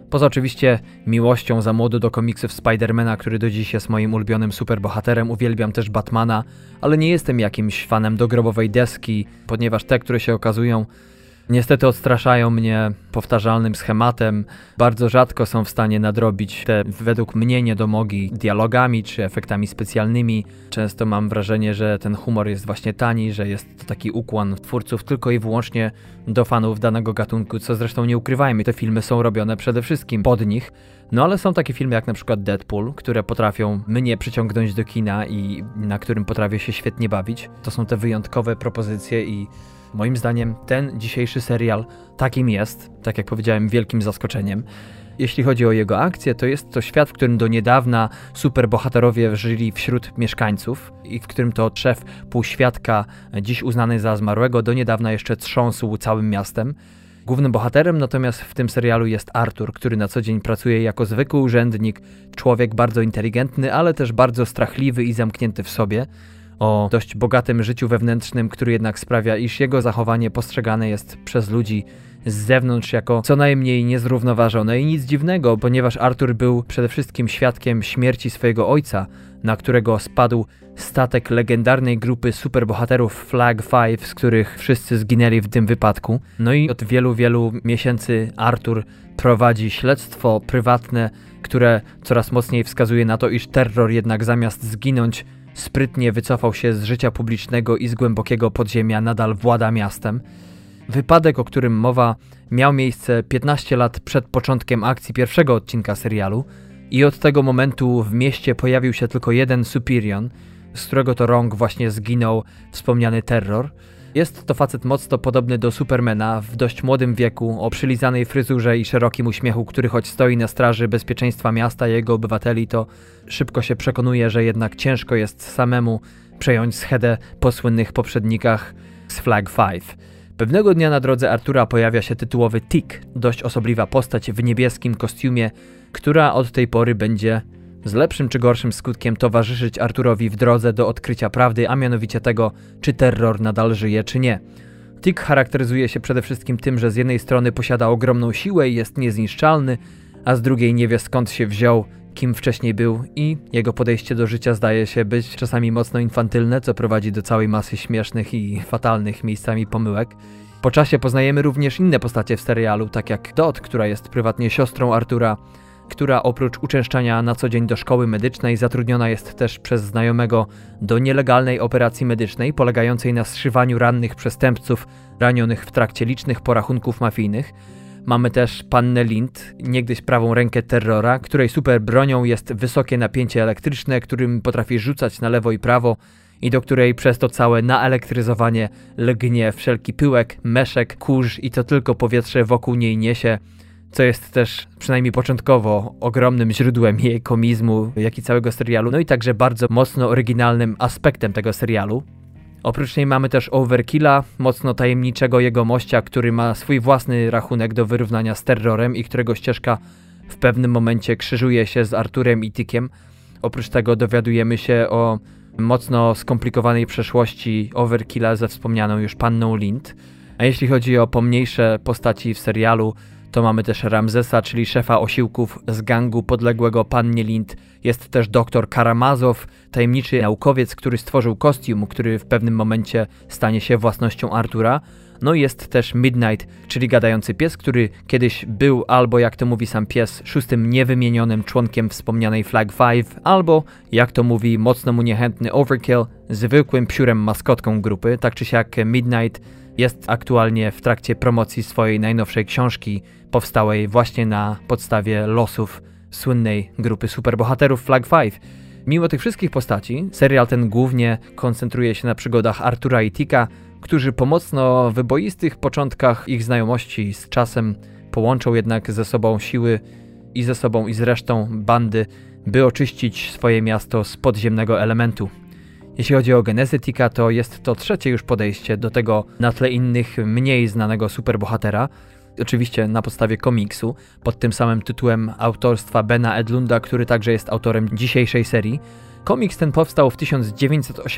Poza oczywiście miłością za młodu do komiksów Spidermana, który do dziś jest moim ulubionym superbohaterem, uwielbiam też Batmana, ale nie jestem jakimś fanem do grobowej deski, ponieważ te, które się okazują, niestety odstraszają mnie powtarzalnym schematem. Bardzo rzadko są w stanie nadrobić te, według mnie, niedomogi dialogami czy efektami specjalnymi. Często mam wrażenie, że ten humor jest właśnie tani, że jest to taki ukłon twórców tylko i wyłącznie do fanów danego gatunku, co zresztą nie ukrywajmy, te filmy są robione przede wszystkim pod nich. No ale są takie filmy jak na przykład Deadpool, które potrafią mnie przyciągnąć do kina i na którym potrafię się świetnie bawić. To są te wyjątkowe propozycje i moim zdaniem ten dzisiejszy serial takim jest, tak jak powiedziałem, wielkim zaskoczeniem. Jeśli chodzi o jego akcję, to jest to świat, w którym do niedawna superbohaterowie żyli wśród mieszkańców i w którym to szef półświadka, dziś uznany za zmarłego, do niedawna jeszcze trząsł całym miastem. Głównym bohaterem natomiast w tym serialu jest Arthur, który na co dzień pracuje jako zwykły urzędnik, człowiek bardzo inteligentny, ale też bardzo strachliwy i zamknięty w sobie, o dość bogatym życiu wewnętrznym, który jednak sprawia, iż jego zachowanie postrzegane jest przez ludzi z zewnątrz jako co najmniej niezrównoważone i nic dziwnego, ponieważ Arthur był przede wszystkim świadkiem śmierci swojego ojca, na którego spadł statek legendarnej grupy superbohaterów Flag 5, z których wszyscy zginęli w tym wypadku. No i od wielu miesięcy Arthur prowadzi śledztwo prywatne, które coraz mocniej wskazuje na to, iż terror jednak zamiast zginąć, sprytnie wycofał się z życia publicznego i z głębokiego podziemia nadal włada miastem. Wypadek, o którym mowa, miał miejsce 15 lat przed początkiem akcji pierwszego odcinka serialu i od tego momentu w mieście pojawił się tylko jeden Superion, z którego to rąk właśnie zginął wspomniany terror. Jest to facet mocno podobny do Supermana w dość młodym wieku, o przylizanej fryzurze i szerokim uśmiechu, który choć stoi na straży bezpieczeństwa miasta i jego obywateli, to szybko się przekonuje, że jednak ciężko jest samemu przejąć schedę po słynnych poprzednikach z Flag 5. Pewnego dnia na drodze Artura pojawia się tytułowy Tick, dość osobliwa postać w niebieskim kostiumie, która od tej pory będzie z lepszym czy gorszym skutkiem towarzyszyć Arturowi w drodze do odkrycia prawdy, a mianowicie tego, czy terror nadal żyje, czy nie. Tick charakteryzuje się przede wszystkim tym, że z jednej strony posiada ogromną siłę i jest niezniszczalny, a z drugiej nie wie skąd się wziął, kim wcześniej był i jego podejście do życia zdaje się być czasami mocno infantylne, co prowadzi do całej masy śmiesznych i fatalnych miejscami pomyłek. Po czasie poznajemy również inne postacie w serialu, tak jak Dot, która jest prywatnie siostrą Artura, która oprócz uczęszczania na co dzień do szkoły medycznej zatrudniona jest też przez znajomego do nielegalnej operacji medycznej polegającej na zszywaniu rannych przestępców ranionych w trakcie licznych porachunków mafijnych. Mamy też Pannę Lind, niegdyś prawą rękę terrora, której super bronią jest wysokie napięcie elektryczne, którym potrafi rzucać na lewo i prawo i do której przez to całe naelektryzowanie lgnie wszelki pyłek, meszek, kurz i to tylko powietrze wokół niej niesie, co jest też przynajmniej początkowo ogromnym źródłem jej komizmu, jak i całego serialu, no i także bardzo mocno oryginalnym aspektem tego serialu. Oprócz niej mamy też Overkilla, mocno tajemniczego jegomościa, który ma swój własny rachunek do wyrównania z terrorem i którego ścieżka w pewnym momencie krzyżuje się z Arturem i Tickiem. Oprócz tego dowiadujemy się o mocno skomplikowanej przeszłości Overkilla ze wspomnianą już Panną Lind. A jeśli chodzi o pomniejsze postaci w serialu, to mamy też Ramzesa, czyli szefa osiłków z gangu podległego Pannie Lind. Jest też doktor Karamazow, tajemniczy naukowiec, który stworzył kostium, który w pewnym momencie stanie się własnością Artura. No i jest też Midnight, czyli gadający pies, który kiedyś był albo, jak to mówi sam pies, szóstym niewymienionym członkiem wspomnianej Flag 5, albo, jak to mówi mocno mu niechętny Overkill, zwykłym psiurem maskotką grupy. Tak czy siak Midnight jest aktualnie w trakcie promocji swojej najnowszej książki, powstałej właśnie na podstawie losów słynnej grupy superbohaterów Flag 5. Mimo tych wszystkich postaci, serial ten głównie koncentruje się na przygodach Artura i Ticka, którzy po mocno wyboistych początkach ich znajomości z czasem połączą jednak ze sobą siły i ze sobą i z resztą bandy, by oczyścić swoje miasto z podziemnego elementu. Jeśli chodzi o genezę Ticka, to jest to trzecie już podejście do tego na tle innych, mniej znanego superbohatera. Oczywiście na podstawie komiksu, pod tym samym tytułem autorstwa Bena Edlunda, który także jest autorem dzisiejszej serii. Komiks ten powstał w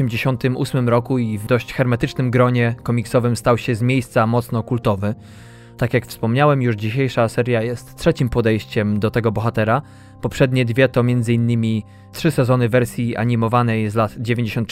1988 roku i w dość hermetycznym gronie komiksowym stał się z miejsca mocno kultowy. Tak jak wspomniałem, już dzisiejsza seria jest trzecim podejściem do tego bohatera. Poprzednie dwie to m.in. 3 sezony wersji animowanej z lat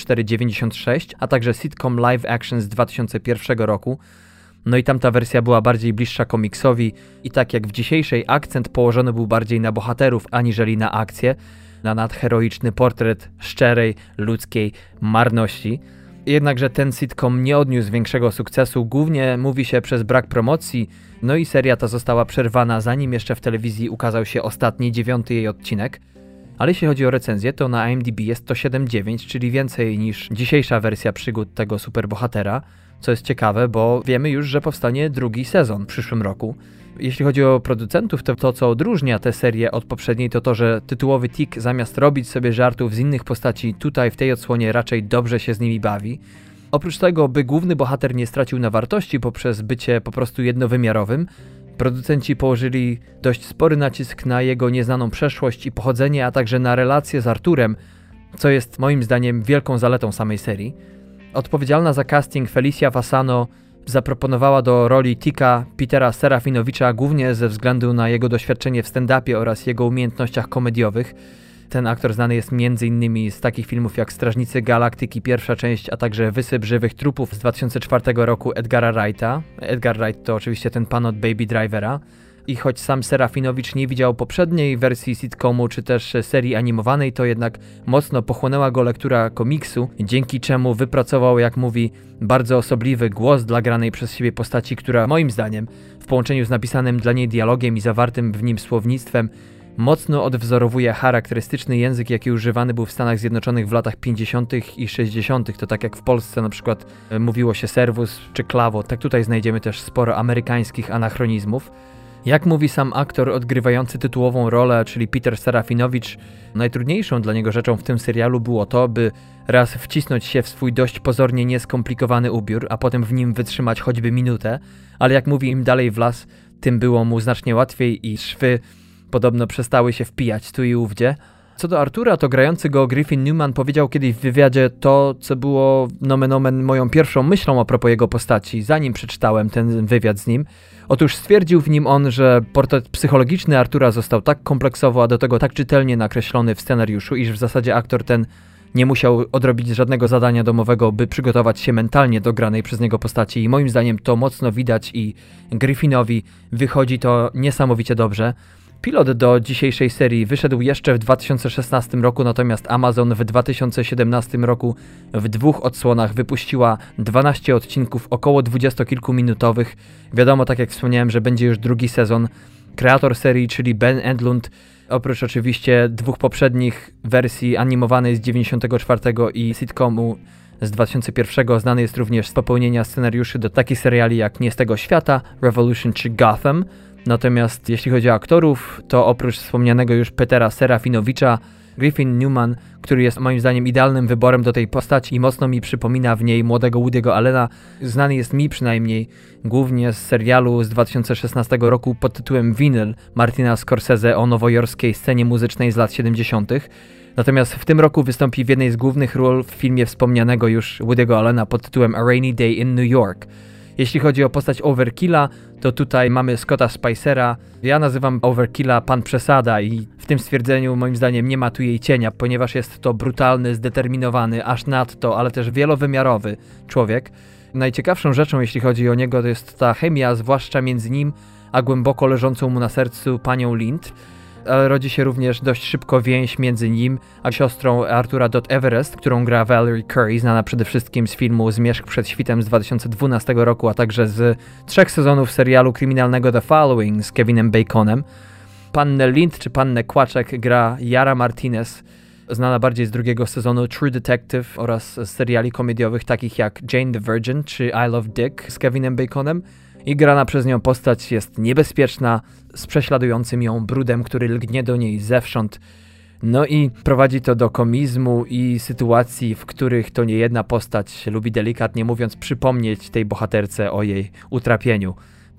94-96, a także sitcom live action z 2001 roku. No i tamta wersja była bardziej bliższa komiksowi i tak jak w dzisiejszej akcent położony był bardziej na bohaterów aniżeli na akcję, na nadheroiczny portret szczerej, ludzkiej marności. Jednakże ten sitcom nie odniósł większego sukcesu, głównie mówi się przez brak promocji, no i seria ta została przerwana zanim jeszcze w telewizji ukazał się ostatni, 9. jej odcinek. Ale jeśli chodzi o recenzję, to na IMDb jest to 7,9, czyli więcej niż dzisiejsza wersja przygód tego superbohatera, co jest ciekawe, bo wiemy już, że powstanie drugi sezon w przyszłym roku. Jeśli chodzi o producentów, to co odróżnia tę serię od poprzedniej, to to, że tytułowy Tick zamiast robić sobie żartów z innych postaci, tutaj w tej odsłonie raczej dobrze się z nimi bawi. Oprócz tego, by główny bohater nie stracił na wartości poprzez bycie po prostu jednowymiarowym, producenci położyli dość spory nacisk na jego nieznaną przeszłość i pochodzenie, a także na relacje z Arturem, co jest moim zdaniem wielką zaletą samej serii. Odpowiedzialna za casting Felicia Fasano zaproponowała do roli Ticka Petera Serafinowicza głównie ze względu na jego doświadczenie w stand-upie oraz jego umiejętnościach komediowych. Ten aktor znany jest m.in. z takich filmów jak Strażnicy Galaktyki pierwsza część, a także Wysyp żywych trupów z 2004 roku Edgara Wrighta. Edgar Wright to oczywiście ten pan od Baby Drivera. I choć sam Serafinowicz nie widział poprzedniej wersji sitcomu czy też serii animowanej, to jednak mocno pochłonęła go lektura komiksu, dzięki czemu wypracował, jak mówi, bardzo osobliwy głos dla granej przez siebie postaci, która moim zdaniem, w połączeniu z napisanym dla niej dialogiem i zawartym w nim słownictwem, mocno odwzorowuje charakterystyczny język, jaki używany był w Stanach Zjednoczonych w latach 50. i 60. To tak jak w Polsce na przykład mówiło się serwus czy klawo, tak tutaj znajdziemy też sporo amerykańskich anachronizmów. Jak mówi sam aktor odgrywający tytułową rolę, czyli Peter Serafinowicz, najtrudniejszą dla niego rzeczą w tym serialu było to, by raz wcisnąć się w swój dość pozornie nieskomplikowany ubiór, a potem w nim wytrzymać choćby minutę, ale jak mówi, im dalej w las, tym było mu znacznie łatwiej i szwy podobno przestały się wpijać tu i ówdzie. Co do Artura, to grający go Griffin Newman powiedział kiedyś w wywiadzie to, co było nomen omen moją pierwszą myślą a propos jego postaci, zanim przeczytałem ten wywiad z nim. Otóż stwierdził w nim on, że portret psychologiczny Artura został tak kompleksowo, a do tego tak czytelnie nakreślony w scenariuszu, iż w zasadzie aktor ten nie musiał odrobić żadnego zadania domowego, by przygotować się mentalnie do granej przez niego postaci i moim zdaniem to mocno widać i Griffinowi wychodzi to niesamowicie dobrze. Pilot do dzisiejszej serii wyszedł jeszcze w 2016 roku, natomiast Amazon w 2017 roku w 2 odsłonach wypuściła 12 odcinków około 20-kilkuminutowych. Wiadomo, tak jak wspomniałem, że będzie już drugi sezon. Kreator serii, czyli Ben Edlund, oprócz oczywiście 2 poprzednich wersji animowanej z 94 i sitcomu z 2001, znany jest również z popełnienia scenariuszy do takich seriali jak Nie z tego świata, Revolution czy Gotham. Natomiast jeśli chodzi o aktorów, to oprócz wspomnianego już Petera Serafinowicza, Griffin Newman, który jest moim zdaniem idealnym wyborem do tej postaci i mocno mi przypomina w niej młodego Woody'ego Allena, znany jest mi przynajmniej głównie z serialu z 2016 roku pod tytułem Vinyl Martina Scorsese o nowojorskiej scenie muzycznej z lat 70. Natomiast w tym roku wystąpi w jednej z głównych ról w filmie wspomnianego już Woody'ego Allena pod tytułem A Rainy Day in New York. Jeśli chodzi o postać Overkilla, to tutaj mamy Scotta Spicera. Ja nazywam Overkilla pan przesada i w tym stwierdzeniu moim zdaniem nie ma tu jej cienia, ponieważ jest to brutalny, zdeterminowany, aż nadto, ale też wielowymiarowy człowiek. Najciekawszą rzeczą, jeśli chodzi o niego, to jest ta chemia, zwłaszcza między nim a głęboko leżącą mu na sercu panią Lind. Ale rodzi się również dość szybko więź między nim a siostrą Artura Dot Everest, którą gra Valerie Curry, znana przede wszystkim z filmu Zmierzch przed świtem z 2012 roku, a także z 3 sezonów serialu kryminalnego The Following z Kevinem Baconem. Pannę Lind czy Pannę Kłaczek gra Yara Martinez, znana bardziej z 2 sezonu True Detective oraz z seriali komediowych takich jak Jane the Virgin czy I Love Dick z Kevinem Baconem. I grana przez nią postać jest niebezpieczna, z prześladującym ją brudem, który lgnie do niej zewsząd. No i prowadzi to do komizmu i sytuacji, w których to niejedna postać lubi delikatnie mówiąc przypomnieć tej bohaterce o jej utrapieniu.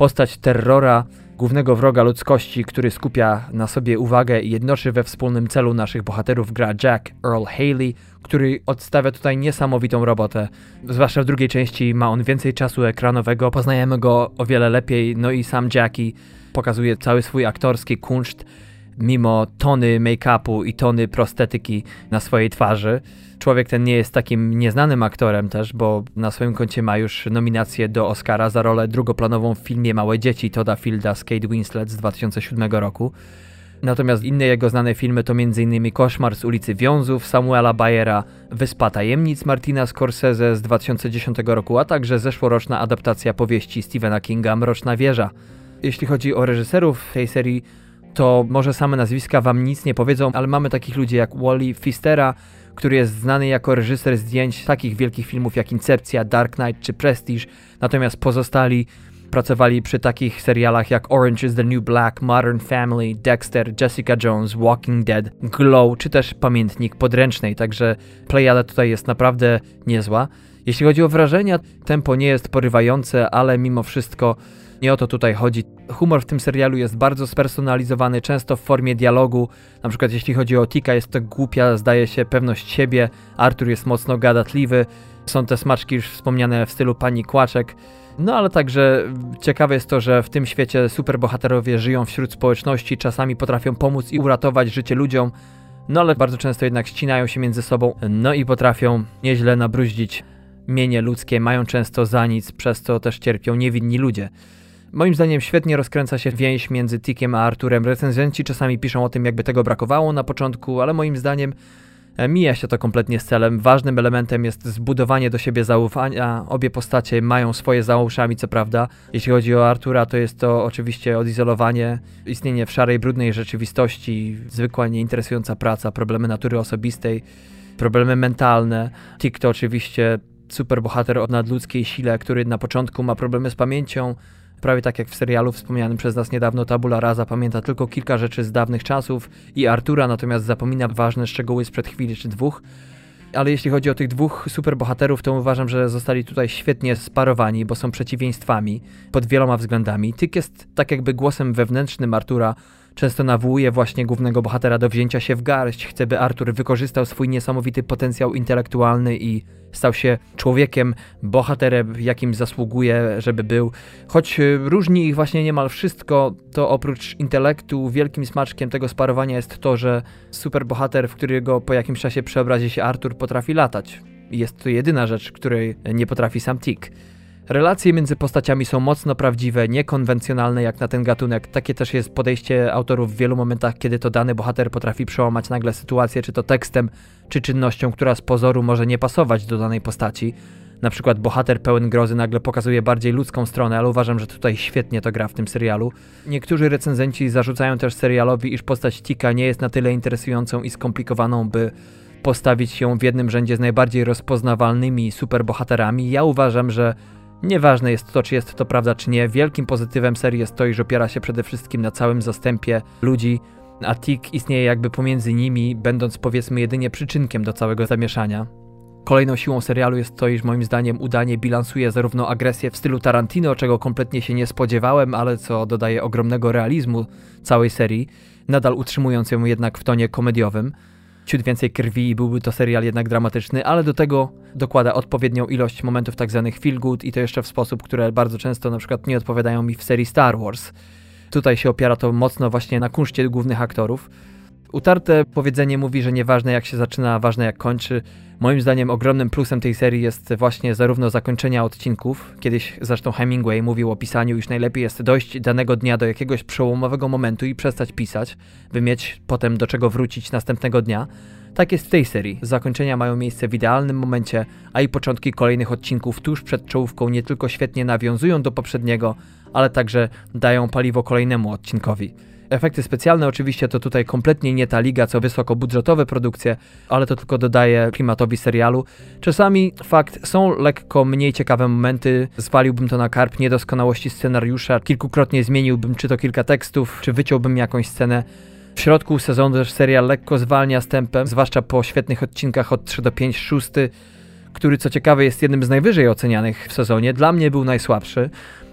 Postać terrora, głównego wroga ludzkości, który skupia na sobie uwagę i jednoczy we wspólnym celu naszych bohaterów, gra Jack Earl Haley, który odstawia tutaj niesamowitą robotę. Zwłaszcza w drugiej części ma on więcej czasu ekranowego, poznajemy go o wiele lepiej, no i sam Jackie pokazuje cały swój aktorski kunszt, mimo tony make-upu i tony prostetyki na swojej twarzy. Człowiek ten nie jest takim nieznanym aktorem też, bo na swoim koncie ma już nominację do Oscara za rolę drugoplanową w filmie Małe dzieci Todda Fielda z Kate Winslet z 2007 roku. Natomiast inne jego znane filmy to m.in. Koszmar z ulicy Wiązów Samuela Bayera, Wyspa tajemnic Martina Scorsese z 2010 roku, a także zeszłoroczna adaptacja powieści Stephena Kinga Mroczna wieża. Jeśli chodzi o reżyserów tej serii, to może same nazwiska wam nic nie powiedzą, ale mamy takich ludzi jak Wally Pfistera, który jest znany jako reżyser zdjęć takich wielkich filmów jak Incepcja, Dark Knight czy Prestige, natomiast pozostali pracowali przy takich serialach jak Orange is the New Black, Modern Family, Dexter, Jessica Jones, Walking Dead, Glow czy też Pamiętnik Podręcznej, także plejada tutaj jest naprawdę niezła. Jeśli chodzi o wrażenia, tempo nie jest porywające, ale mimo wszystko nie o to tutaj chodzi. Humor w tym serialu jest bardzo spersonalizowany, często w formie dialogu. Na przykład jeśli chodzi o Tika, jest to głupia, zdaje się, pewność siebie. Arthur jest mocno gadatliwy. Są te smaczki już wspomniane w stylu Pani Kłaczek. No ale także ciekawe jest to, że w tym świecie superbohaterowie żyją wśród społeczności, czasami potrafią pomóc i uratować życie ludziom, no ale bardzo często jednak ścinają się między sobą, no i potrafią nieźle nabruździć mienie ludzkie, mają często za nic, przez co też cierpią niewinni ludzie. Moim zdaniem świetnie rozkręca się więź między Tickiem a Arturem. Recenzenci czasami piszą o tym, jakby tego brakowało na początku, ale moim zdaniem mija się to kompletnie z celem. Ważnym elementem jest zbudowanie do siebie zaufania. Obie postacie mają swoje za uszami, co prawda. Jeśli chodzi o Artura, to jest to oczywiście odizolowanie, istnienie w szarej, brudnej rzeczywistości, zwykła, nieinteresująca praca, problemy natury osobistej, problemy mentalne. Tick to oczywiście superbohater o nadludzkiej sile, który na początku ma problemy z pamięcią. Prawie tak jak w serialu wspomnianym przez nas niedawno Tabula Rasa, pamięta tylko kilka rzeczy z dawnych czasów i Artura natomiast zapomina ważne szczegóły sprzed chwili czy dwóch. Ale jeśli chodzi o tych dwóch superbohaterów, to uważam, że zostali tutaj świetnie sparowani, bo są przeciwieństwami pod wieloma względami. Tick jest tak jakby głosem wewnętrznym Artura, często nawołuje właśnie głównego bohatera do wzięcia się w garść, chce by Artur wykorzystał swój niesamowity potencjał intelektualny i stał się człowiekiem, bohaterem, jakim zasługuje, żeby był. Choć różni ich właśnie niemal wszystko, to oprócz intelektu wielkim smaczkiem tego sparowania jest to, że superbohater, w którego po jakimś czasie przeobrazi się Artur, potrafi latać. I jest to jedyna rzecz, której nie potrafi sam Tick. Relacje między postaciami są mocno prawdziwe, niekonwencjonalne jak na ten gatunek. Takie też jest podejście autorów w wielu momentach, kiedy to dany bohater potrafi przełamać nagle sytuację, czy to tekstem, czy czynnością, która z pozoru może nie pasować do danej postaci. Na przykład bohater pełen grozy nagle pokazuje bardziej ludzką stronę, ale uważam, że tutaj świetnie to gra w tym serialu. Niektórzy recenzenci zarzucają też serialowi, iż postać Ticka nie jest na tyle interesującą i skomplikowaną, by postawić ją w jednym rzędzie z najbardziej rozpoznawalnymi superbohaterami. Ja uważam, że nieważne jest to, czy jest to prawda, czy nie. Wielkim pozytywem serii jest to, iż opiera się przede wszystkim na całym zastępie ludzi, a Tick istnieje jakby pomiędzy nimi, będąc powiedzmy jedynie przyczynkiem do całego zamieszania. Kolejną siłą serialu jest to, iż moim zdaniem udanie bilansuje zarówno agresję w stylu Tarantino, czego kompletnie się nie spodziewałem, ale co dodaje ogromnego realizmu całej serii, nadal utrzymując ją jednak w tonie komediowym. Ciut więcej krwi i byłby to serial jednak dramatyczny, ale do tego dokłada odpowiednią ilość momentów tak zwanych feel good i to jeszcze w sposób, które bardzo często na przykład nie odpowiadają mi w serii Star Wars. Tutaj się opiera to mocno właśnie na kunszcie głównych aktorów. Utarte powiedzenie mówi, że nieważne jak się zaczyna, ważne jak kończy. Moim zdaniem ogromnym plusem tej serii jest właśnie zarówno zakończenia odcinków. Kiedyś zresztą Hemingway mówił o pisaniu, iż najlepiej jest dojść danego dnia do jakiegoś przełomowego momentu i przestać pisać, by mieć potem do czego wrócić następnego dnia. Tak jest w tej serii. Zakończenia mają miejsce w idealnym momencie, a i początki kolejnych odcinków tuż przed czołówką nie tylko świetnie nawiązują do poprzedniego, ale także dają paliwo kolejnemu odcinkowi. Efekty specjalne oczywiście to tutaj kompletnie nie ta liga, co wysokobudżetowe produkcje, ale to tylko dodaje klimatowi serialu. Czasami, fakt, są lekko mniej ciekawe momenty, zwaliłbym to na karb niedoskonałości scenariusza, kilkukrotnie zmieniłbym czy to kilka tekstów, czy wyciąłbym jakąś scenę. W środku sezonu też serial lekko zwalnia z tempem, zwłaszcza po świetnych odcinkach od 3 do 5, 6, który co ciekawe jest jednym z najwyżej ocenianych w sezonie, dla mnie był najsłabszy.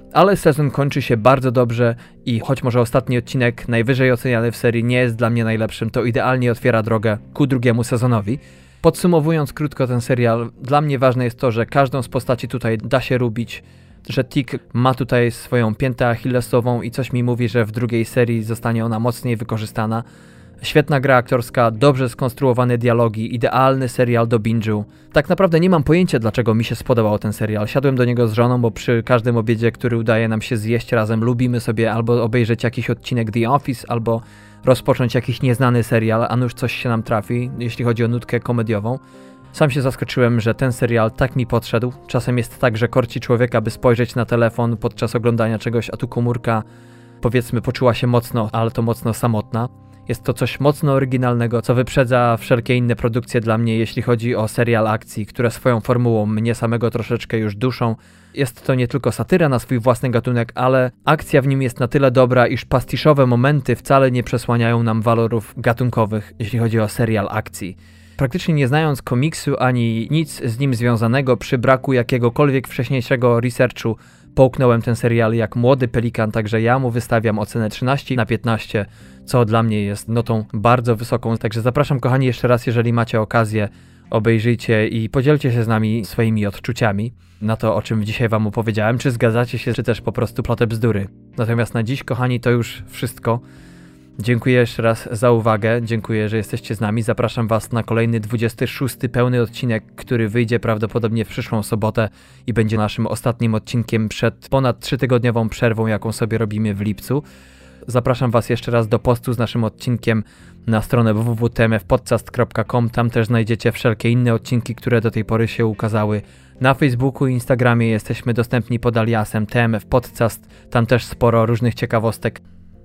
ale sezon kończy się bardzo dobrze i choć może ostatni odcinek, najwyżej oceniany w serii, nie jest dla mnie najlepszym, to idealnie otwiera drogę ku drugiemu sezonowi. Podsumowując krótko ten serial, dla mnie ważne jest to, że każdą z postaci tutaj da się lubić, że Tick ma tutaj swoją piętę achillesową i coś mi mówi, że w drugiej serii zostanie ona mocniej wykorzystana. Świetna gra aktorska, dobrze skonstruowane dialogi, idealny serial do binge'u. Tak naprawdę nie mam pojęcia, dlaczego mi się spodobał ten serial. Siadłem do niego z żoną, bo przy każdym obiedzie, który udaje nam się zjeść razem, lubimy sobie albo obejrzeć jakiś odcinek The Office, albo rozpocząć jakiś nieznany serial, a nuż coś się nam trafi, jeśli chodzi o nutkę komediową. Sam się zaskoczyłem, że ten serial tak mi podszedł. Czasem jest tak, że korci człowieka, by spojrzeć na telefon podczas oglądania czegoś, a tu komórka, powiedzmy, poczuła się mocno, ale to mocno samotna. Jest to coś mocno oryginalnego, co wyprzedza wszelkie inne produkcje dla mnie, jeśli chodzi o serial akcji, które swoją formułą mnie samego troszeczkę już duszą. Jest to nie tylko satyra na swój własny gatunek, ale akcja w nim jest na tyle dobra, iż pastiszowe momenty wcale nie przesłaniają nam walorów gatunkowych, jeśli chodzi o serial akcji. Praktycznie nie znając komiksu ani nic z nim związanego, przy braku jakiegokolwiek wcześniejszego researchu, połknąłem ten serial jak młody pelikan, także ja mu wystawiam ocenę 13/15, co dla mnie jest notą bardzo wysoką. Także zapraszam, kochani, jeszcze raz, jeżeli macie okazję, obejrzyjcie i podzielcie się z nami swoimi odczuciami na to, o czym dzisiaj wam opowiedziałem, czy zgadzacie się, czy też po prostu plotę bzdury. Natomiast na dziś, kochani, to już wszystko. Dziękuję jeszcze raz za uwagę, dziękuję, że jesteście z nami. Zapraszam was na kolejny 26. pełny odcinek, który wyjdzie prawdopodobnie w przyszłą sobotę i będzie naszym ostatnim odcinkiem przed ponad 3-tygodniową przerwą, jaką sobie robimy w lipcu. Zapraszam was jeszcze raz do postu z naszym odcinkiem na stronę www.tmfpodcast.com. Tam też znajdziecie wszelkie inne odcinki, które do tej pory się ukazały. Na Facebooku i Instagramie jesteśmy dostępni pod aliasem TMF Podcast. Tam też sporo różnych ciekawostek.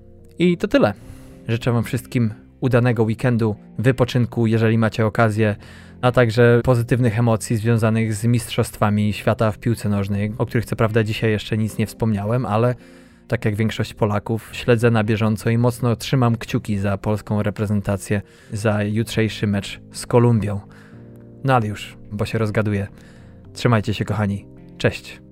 I to tyle. Życzę wam wszystkim udanego weekendu, wypoczynku, jeżeli macie okazję, a także pozytywnych emocji związanych z mistrzostwami świata w piłce nożnej, o których co prawda dzisiaj jeszcze nic nie wspomniałem, ale tak jak większość Polaków śledzę na bieżąco i mocno trzymam kciuki za polską reprezentację, za jutrzejszy mecz z Kolumbią. No ale już, bo się rozgaduję. Trzymajcie się, kochani. Cześć.